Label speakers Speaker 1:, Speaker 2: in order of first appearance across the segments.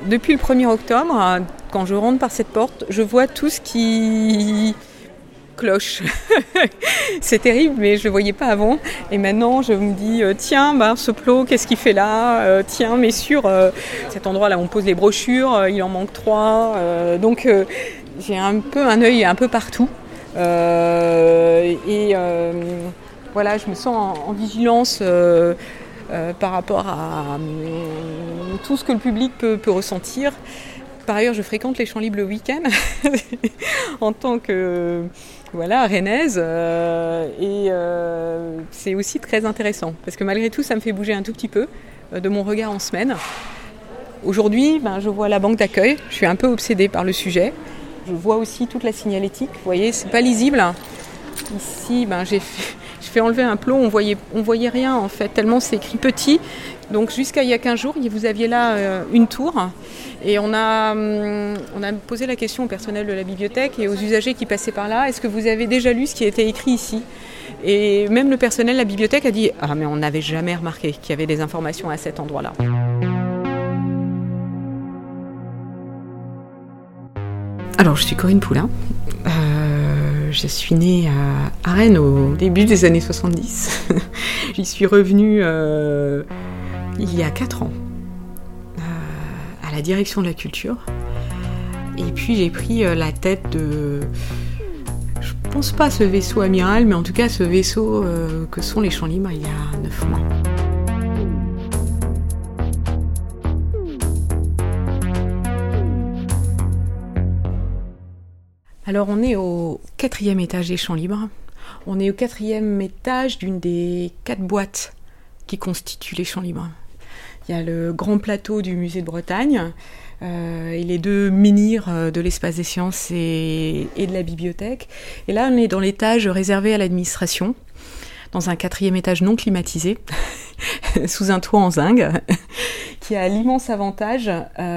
Speaker 1: Depuis le 1er octobre, quand je rentre par cette porte, je vois tout ce qui cloche. C'est terrible, mais je ne le voyais pas avant. Et maintenant, je me dis, tiens, ce plot, qu'est-ce qu'il fait là ? Tiens, mais sur cet endroit-là, on pose les brochures, il en manque 3. Donc, j'ai un peu un œil un peu partout. Voilà, je me sens en vigilance par rapport à tout ce que le public peut ressentir. Par ailleurs, je fréquente les Champs Libres le week-end en tant que rennaise et c'est aussi très intéressant parce que malgré tout, ça me fait bouger un tout petit peu de mon regard en semaine. Aujourd'hui, je vois la banque d'accueil, je suis un peu obsédée par le sujet. Je vois aussi toute la signalétique, vous voyez, c'est pas lisible. Ici, j'ai fait enlever un plot, on voyait rien en fait, tellement c'est écrit petit. Donc jusqu'à il y a 15 jours, vous aviez là une tour et on a posé la question au personnel de la bibliothèque et aux usagers qui passaient par là, est-ce que vous avez déjà lu ce qui était écrit ici ? Et même le personnel de la bibliothèque a dit « Ah mais on n'avait jamais remarqué qu'il y avait des informations à cet endroit-là ». Alors je suis Corinne Poulain. Je suis née à Rennes au début des années 70. J'y suis revenue il y a 4 ans à la direction de la culture. Et puis j'ai pris la tête de... Je pense pas ce vaisseau amiral, mais en tout cas ce vaisseau que sont les Champs Libres il y a 9 mois. Alors on est au 4e étage des Champs Libres. On est au 4e étage d'une des 4 boîtes qui constituent les Champs Libres. Il y a le grand plateau du musée de Bretagne et les 2 menhirs de l'espace des sciences et de la bibliothèque. Et là on est dans l'étage réservé à l'administration, dans un 4e étage non climatisé, sous un toit en zinc, qui a l'immense avantage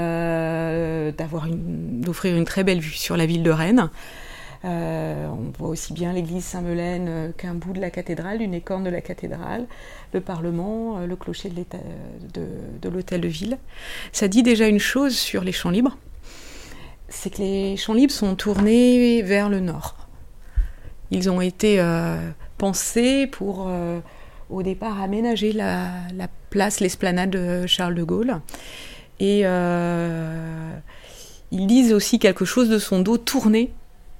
Speaker 1: d'offrir une très belle vue sur la ville de Rennes. On voit aussi bien l'église Saint-Melaine qu'un bout de la cathédrale, une écorne de la cathédrale, le Parlement, le clocher de l'hôtel de ville. Ça dit déjà une chose sur les Champs Libres, c'est que les Champs Libres sont tournés vers le nord. Ils ont été pensés pour... au départ aménager la place, l'esplanade de Charles de Gaulle. Et ils disent aussi quelque chose de son dos tourné,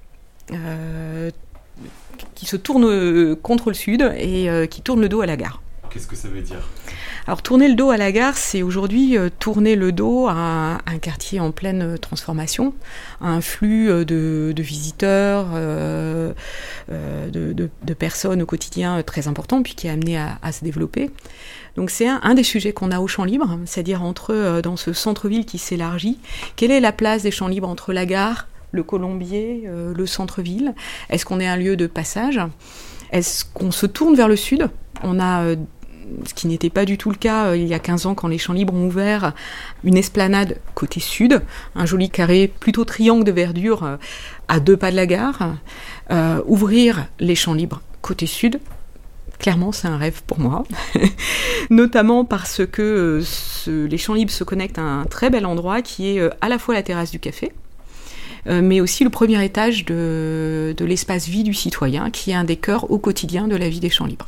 Speaker 1: qui se tourne contre le sud et qui tourne le dos à la gare.
Speaker 2: Qu'est-ce que ça veut dire ?
Speaker 1: Alors tourner le dos à la gare, c'est aujourd'hui tourner le dos à un quartier en pleine transformation, à un flux de visiteurs, de personnes au quotidien très important, puis qui est amené à se développer. Donc c'est un des sujets qu'on a aux Champs Libres, c'est-à-dire dans ce centre-ville qui s'élargit. Quelle est la place des Champs Libres entre la gare, le Colombier, le centre-ville ? Est-ce qu'on est un lieu de passage ? Est-ce qu'on se tourne vers le sud ? On a... ce qui n'était pas du tout le cas il y a 15 ans quand les Champs Libres ont ouvert une esplanade côté sud, un joli carré plutôt triangle de verdure à 2 pas de la gare. Ouvrir les Champs Libres côté sud, clairement c'est un rêve pour moi, notamment parce que les Champs Libres se connectent à un très bel endroit qui est à la fois la terrasse du café, mais aussi le premier étage de l'espace vie du citoyen, qui est un des cœurs au quotidien de la vie des Champs Libres.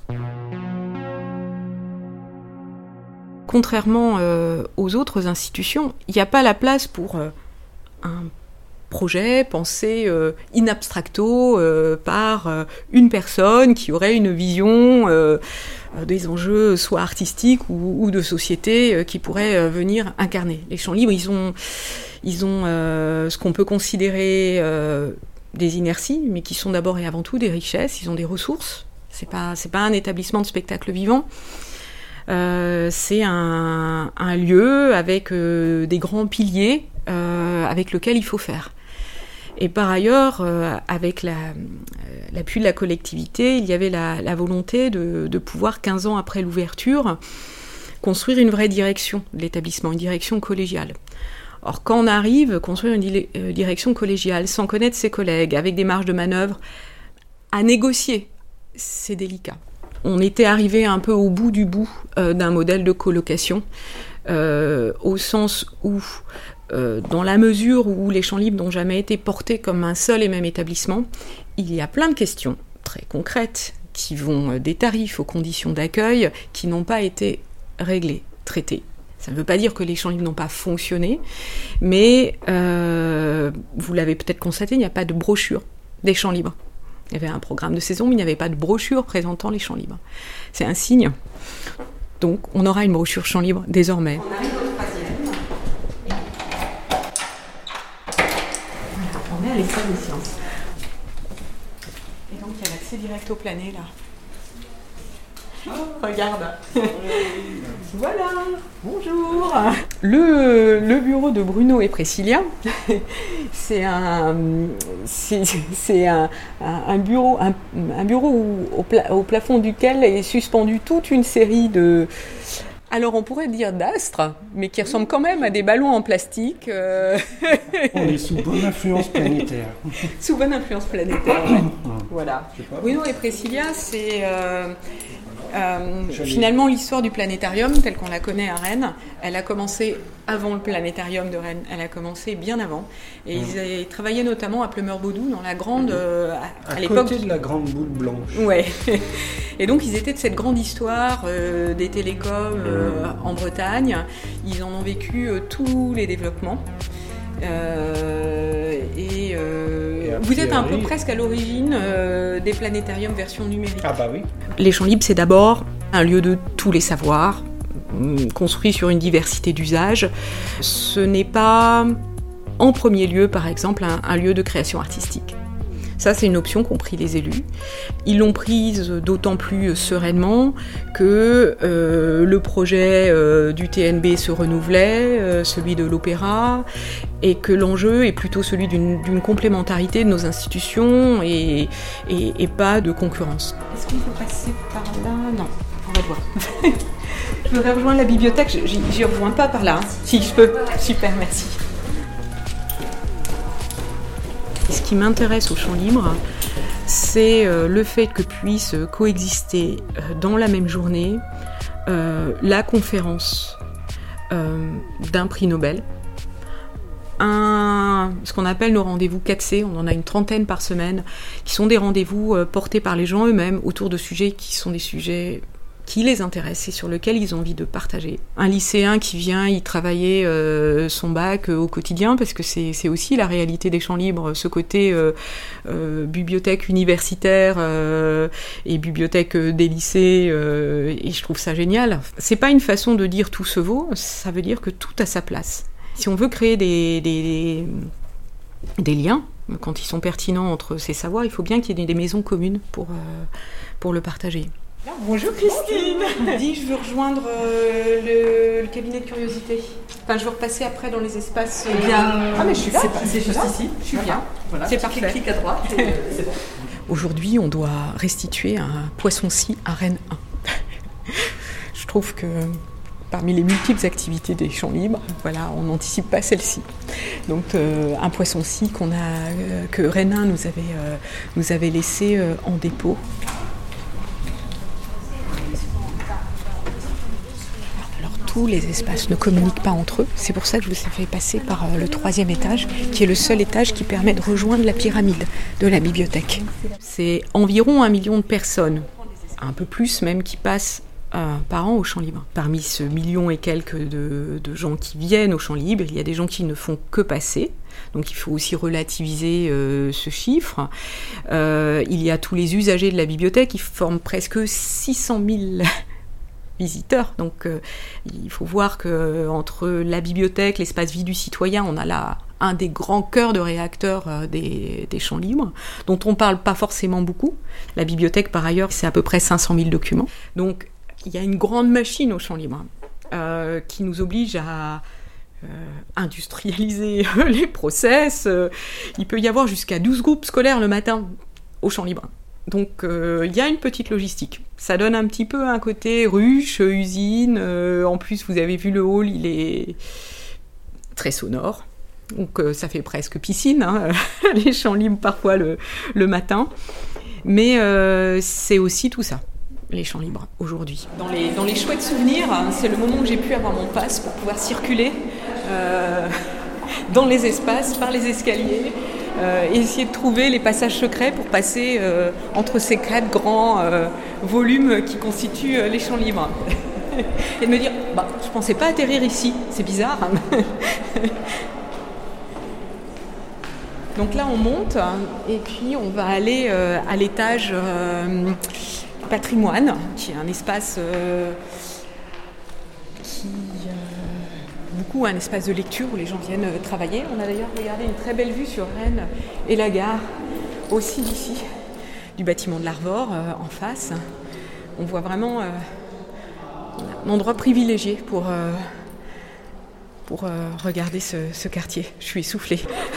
Speaker 1: Contrairement aux autres institutions, il n'y a pas la place pour un projet pensé in abstracto par une personne qui aurait une vision des enjeux soit artistiques ou de société qui pourrait venir incarner. Les Champs Libres, ils ont ce qu'on peut considérer des inerties, mais qui sont d'abord et avant tout des richesses. Ils ont des ressources. C'est pas un établissement de spectacle vivant. C'est un lieu avec des grands piliers avec lequel il faut faire. Et par ailleurs, avec l'appui de la collectivité, il y avait la volonté de pouvoir, 15 ans après l'ouverture, construire une vraie direction de l'établissement, une direction collégiale. Or, quand on arrive, construire une direction collégiale sans connaître ses collègues, avec des marges de manœuvre à négocier, c'est délicat. On était arrivé un peu au bout du bout d'un modèle de colocation, au sens où dans la mesure où les champs libres n'ont jamais été portés comme un seul et même établissement, il y a plein de questions très concrètes qui vont des tarifs aux conditions d'accueil qui n'ont pas été réglées, traitées. Ça ne veut pas dire que les champs libres n'ont pas fonctionné, mais vous l'avez peut-être constaté, il n'y a pas de brochure des champs libres. Il y avait un programme de saison, mais il n'y avait pas de brochure présentant les champs libres. C'est un signe. Donc, on aura une brochure champs libres désormais. On arrive au troisième. Voilà, on est à l'espace des sciences. Et donc, il y a l'accès direct au plané, là. Regarde. Voilà, bonjour. Le bureau de Bruno et Priscilla, c'est un bureau au plafond duquel est suspendue toute une série de... Alors on pourrait dire d'astres, mais qui ressemblent quand même à des ballons en plastique.
Speaker 2: On est sous bonne influence planétaire.
Speaker 1: Sous bonne influence planétaire, ouais. Voilà. Bruno et Priscilla, c'est... finalement, l'histoire du planétarium, telle qu'on la connaît à Rennes, elle a commencé avant le planétarium de Rennes. Elle a commencé bien avant. Et ils travaillaient notamment à Pleumeur-Baudou, dans la grande...
Speaker 2: à l'époque, côté de la grande boule blanche.
Speaker 1: Ouais. Et donc, ils étaient de cette grande histoire des télécoms en Bretagne. Ils en ont vécu tous les développements. Vous êtes un peu presque à l'origine des planétariums version numérique.
Speaker 2: Ah bah oui.
Speaker 1: Les champs libres, c'est d'abord un lieu de tous les savoirs, construit sur une diversité d'usages. Ce n'est pas, en premier lieu, par exemple, un lieu de création artistique. Ça, c'est une option qu'ont pris les élus. Ils l'ont prise d'autant plus sereinement que le projet du TNB se renouvelait, celui de l'opéra, et que l'enjeu est plutôt celui d'une complémentarité de nos institutions et pas de concurrence. Est-ce qu'on peut passer par là ? Non, on va le voir. Je voudrais rejoindre la bibliothèque, j'y rejoins pas par là. Hein. Si, je peux. Super, merci. Ce qui m'intéresse au champ libre, c'est le fait que puissent coexister dans la même journée la conférence d'un prix Nobel, ce qu'on appelle nos rendez-vous 4C, on en a une 30aine par semaine, qui sont des rendez-vous portés par les gens eux-mêmes autour de sujets qui sont des sujets qui les intéressent et sur lesquels ils ont envie de partager. Un lycéen qui vient y travailler son bac au quotidien, parce que c'est aussi la réalité des champs libres, ce côté bibliothèque universitaire et bibliothèque des lycées, et je trouve ça génial. C'est pas une façon de dire tout se vaut, ça veut dire que tout a sa place. Si on veut créer des liens, quand ils sont pertinents entre ces savoirs, il faut bien qu'il y ait des maisons communes pour le partager. Bonjour Christine. Dis, je veux rejoindre le cabinet de curiosité. Enfin, je veux repasser après dans les espaces. Ah mais je suis là. C'est juste ici. Je suis bien. Voilà. C'est parfait. Clique à droite. C'est bon. Aujourd'hui, on doit restituer un poisson-scie à Rennes 1. Je trouve que parmi les multiples activités des champs libres, voilà, on n'anticipe pas celle-ci. Donc un poisson-scie que Rennes 1 nous avait laissé en dépôt. Tous les espaces ne communiquent pas entre eux. C'est pour ça que je vous ai fait passer par le 3e étage, qui est le seul étage qui permet de rejoindre la pyramide de la bibliothèque. C'est environ 1 million de personnes, un peu plus même, qui passent par an au champ libre. Parmi ce million et quelques de gens qui viennent au champ libre, il y a des gens qui ne font que passer. Donc il faut aussi relativiser ce chiffre. Il y a tous les usagers de la bibliothèque qui forment presque 600 000 visiteurs. Donc il faut voir qu'entre la bibliothèque, l'espace vie du citoyen, on a là un des grands cœurs de réacteurs des champs libres, dont on ne parle pas forcément beaucoup. La bibliothèque, par ailleurs, c'est à peu près 500 000 documents. Donc il y a une grande machine aux champs libres qui nous oblige à industrialiser les process. Il peut y avoir jusqu'à 12 groupes scolaires le matin aux champs libres. Donc il y a une petite logistique. Ça donne un petit peu un côté ruche, usine. En plus, vous avez vu le hall, il est très sonore. Donc ça fait presque piscine, hein, les champs libres parfois le matin. Mais c'est aussi tout ça, les champs libres, aujourd'hui. Dans les chouettes souvenirs, hein, c'est le moment où j'ai pu avoir mon pass pour pouvoir circuler dans les espaces, par les escaliers, et essayer de trouver les passages secrets pour passer entre ces 4 grands volumes qui constituent les champs libres. Et de me dire, je ne pensais pas atterrir ici, c'est bizarre. Donc là, on monte et puis on va aller à l'étage patrimoine, qui est un espace beaucoup un espace de lecture où les gens viennent travailler. On a d'ailleurs regardé une très belle vue sur Rennes et la gare, aussi d'ici, du bâtiment de l'Arvor en face. On voit vraiment un endroit privilégié pour regarder ce quartier. Je suis essoufflée.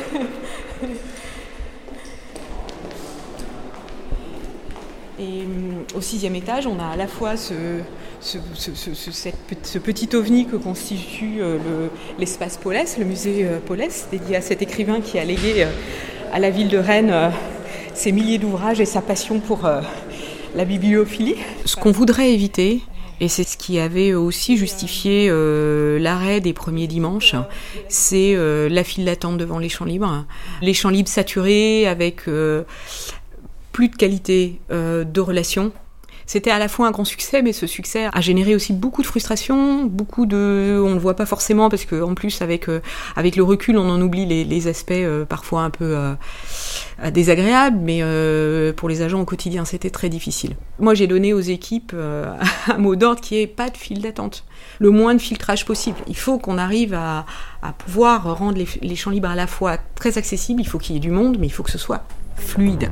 Speaker 1: Et au 6e étage, on a à la fois ce petit ovni que constitue l'espace Paulès, le musée Paulès, dédié à cet écrivain qui a légué à la ville de Rennes ses milliers d'ouvrages et sa passion pour la bibliophilie. Ce qu'on voudrait éviter, et c'est ce qui avait aussi justifié l'arrêt des premiers dimanches, c'est la file d'attente devant les champs libres. Les champs libres saturés avec plus de qualité de relations. C'était à la fois un grand succès, mais ce succès a généré aussi beaucoup de frustration, on ne le voit pas forcément parce qu'en plus avec le recul on en oublie les aspects parfois un peu désagréables, mais pour les agents au quotidien c'était très difficile. Moi j'ai donné aux équipes un mot d'ordre qui est pas de file d'attente, le moins de filtrage possible. Il faut qu'on arrive à pouvoir rendre les champs libres à la fois très accessibles, il faut qu'il y ait du monde, mais il faut que ce soit fluide.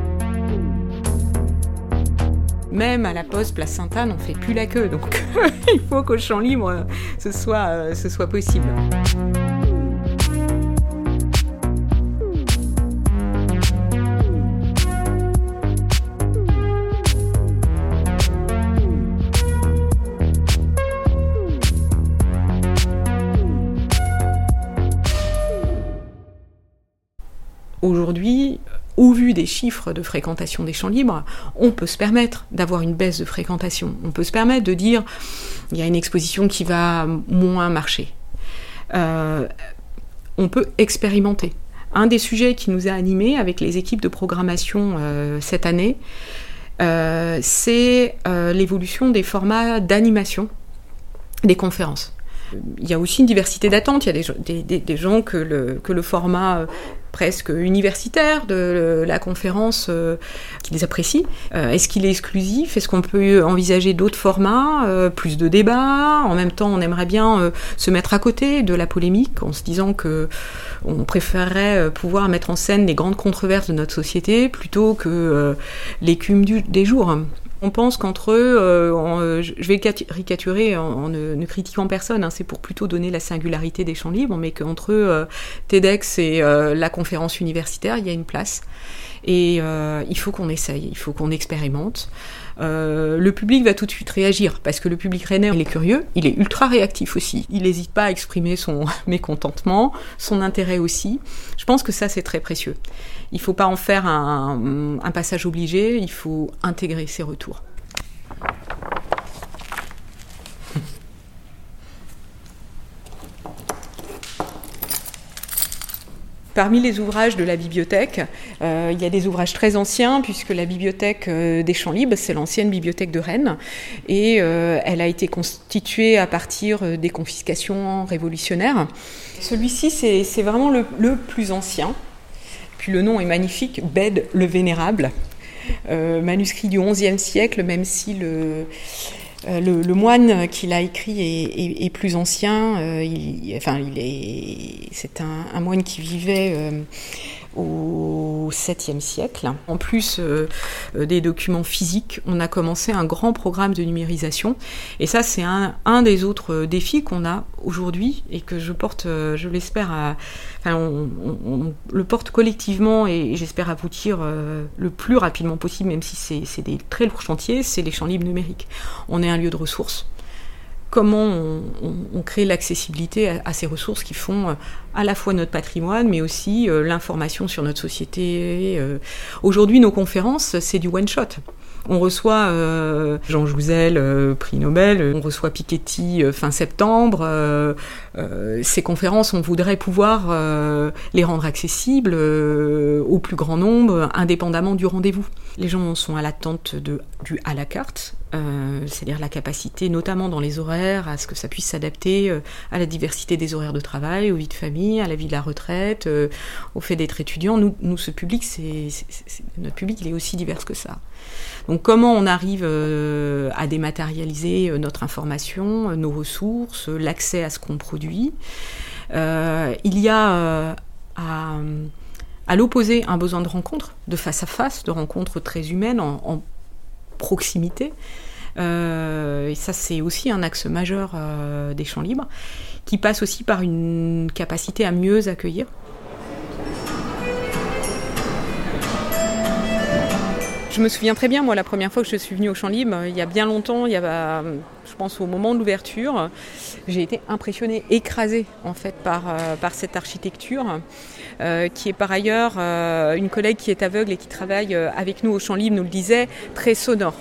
Speaker 1: Même à la Poste, place Sainte-Anne, on ne fait plus la queue, donc il faut qu'au champ libre, ce soit possible. Aujourd'hui, au vu des chiffres de fréquentation des champs libres, on peut se permettre d'avoir une baisse de fréquentation. On peut se permettre de dire il y a une exposition qui va moins marcher. On peut expérimenter. Un des sujets qui nous a animés avec les équipes de programmation cette année, c'est l'évolution des formats d'animation des conférences. Il y a aussi une diversité d'attentes. Il y a des gens que le format presque universitaire de la conférence qu'ils apprécient. Est-ce qu'il est exclusif ? Est-ce qu'on peut envisager d'autres formats, plus de débats ? En même temps, on aimerait bien se mettre à côté de la polémique en se disant que on préférerait pouvoir mettre en scène les grandes controverses de notre société plutôt que l'écume des jours. On pense qu'entre eux, je vais caricaturer en ne critiquant personne, c'est pour plutôt donner la singularité des champs libres, mais qu'entre eux, TEDx et la conférence universitaire, il y a une place. Et il faut qu'on essaye, il faut qu'on expérimente. Le public va tout de suite réagir, parce que le public rennais, il est curieux, il est ultra réactif aussi. Il n'hésite pas à exprimer son mécontentement, son intérêt aussi. Je pense que ça, c'est très précieux. Il ne faut pas en faire un passage obligé, il faut intégrer ces retours. Parmi les ouvrages de la bibliothèque, il y a des ouvrages très anciens, puisque la bibliothèque des Champs Libres, c'est l'ancienne bibliothèque de Rennes, et elle a été constituée à partir des confiscations révolutionnaires. Celui-ci, c'est vraiment le plus ancien. Puis le nom est magnifique, Bède le Vénérable, manuscrit du XIe siècle, même si le moine qui l'a écrit est plus ancien. C'est un moine qui vivait au 7e siècle. En plus des documents physiques, on a commencé un grand programme de numérisation. Et ça, c'est un des autres défis qu'on a aujourd'hui et que je porte, je l'espère, on le porte collectivement et j'espère aboutir le plus rapidement possible, même si c'est des très lourds chantiers, c'est les champs libres numériques. On est un lieu de ressources. Comment on crée l'accessibilité à ces ressources qui font à la fois notre patrimoine, mais aussi l'information sur notre société. Aujourd'hui, nos conférences, c'est du one-shot. On reçoit Jean Jouzel, prix Nobel, on reçoit Piketty fin septembre. Ces conférences, on voudrait pouvoir les rendre accessibles au plus grand nombre, indépendamment du rendez-vous. Les gens sont à l'attente du à la carte, c'est-à-dire la capacité, notamment dans les horaires, à ce que ça puisse s'adapter à la diversité des horaires de travail, aux vies de famille, à la vie de la retraite, au fait d'être étudiant. Nous, ce public, notre public, il est aussi divers que ça. Donc comment on arrive à dématérialiser notre information, nos ressources, l'accès à ce qu'on produit. Il y a à l'opposé un besoin de rencontre, de face à face, de rencontres très humaines, en proximité. Et ça, c'est aussi un axe majeur des champs libres, qui passe aussi par une capacité à mieux accueillir. Je me souviens très bien, moi, la première fois que je suis venue au Champ Libre, il y a bien longtemps, je pense au moment de l'ouverture, j'ai été impressionnée, écrasée en fait par cette architecture, qui est par ailleurs, une collègue qui est aveugle et qui travaille avec nous au Champ Libre nous le disait, très sonore.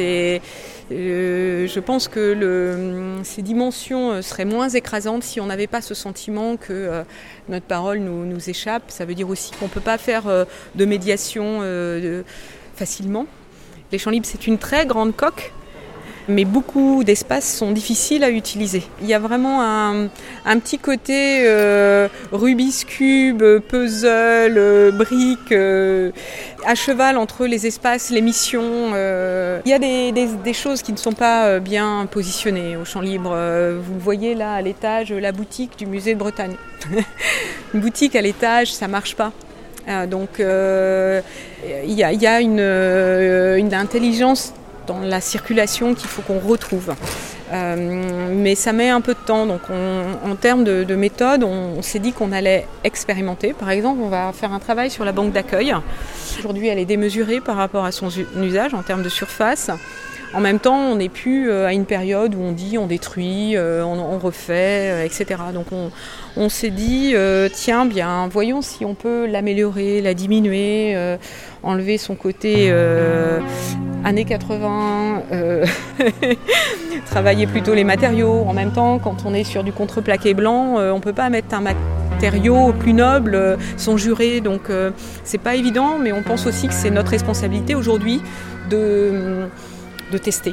Speaker 1: Je pense que ces dimensions seraient moins écrasantes si on n'avait pas ce sentiment que notre parole nous échappe. Ça veut dire aussi qu'on ne peut pas faire de médiation facilement. Les Champs Libres, c'est une très grande coque, mais beaucoup d'espaces sont difficiles à utiliser. Il y a vraiment un petit côté Rubik's Cube, puzzle, briques, à cheval entre les espaces, les missions. Il y a des choses qui ne sont pas bien positionnées au Champ Libre. Vous voyez là à l'étage la boutique du musée de Bretagne. Une boutique à l'étage, ça ne marche pas. Donc il y a une intelligence dans la circulation qu'il faut qu'on retrouve. Mais ça met un peu de temps. Donc en termes de méthode, on s'est dit qu'on allait expérimenter. Par exemple, on va faire un travail sur la banque d'accueil. Aujourd'hui, elle est démesurée par rapport à son usage en termes de surface. En même temps, on n'est plus à une période où on dit on détruit, on refait, etc. Donc on s'est dit, tiens, bien, voyons si on peut l'améliorer, la diminuer, enlever son côté années 80, travailler plutôt les matériaux. En même temps, quand on est sur du contreplaqué blanc, on ne peut pas mettre un matériau plus noble, sont jurés. Donc c'est pas évident, mais on pense aussi que c'est notre responsabilité aujourd'hui de tester.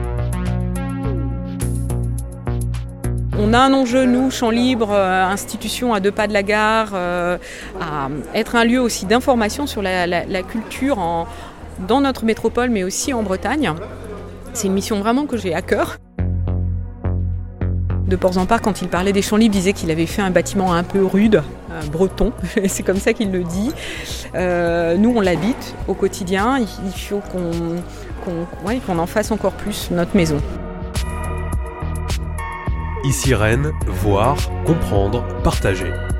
Speaker 1: On a un enjeu, nous, Champ Libre, institution à 2 pas de la gare, à être un lieu aussi d'information sur la culture dans notre métropole, mais aussi en Bretagne. C'est une mission vraiment que j'ai à cœur. De Porzampar, quand il parlait des Champs Libres, disait qu'il avait fait un bâtiment un peu rude, breton, c'est comme ça qu'il le dit. Nous, on l'habite au quotidien, il faut qu'on en fasse encore plus notre maison.
Speaker 3: Ici Rennes, voir, comprendre, partager.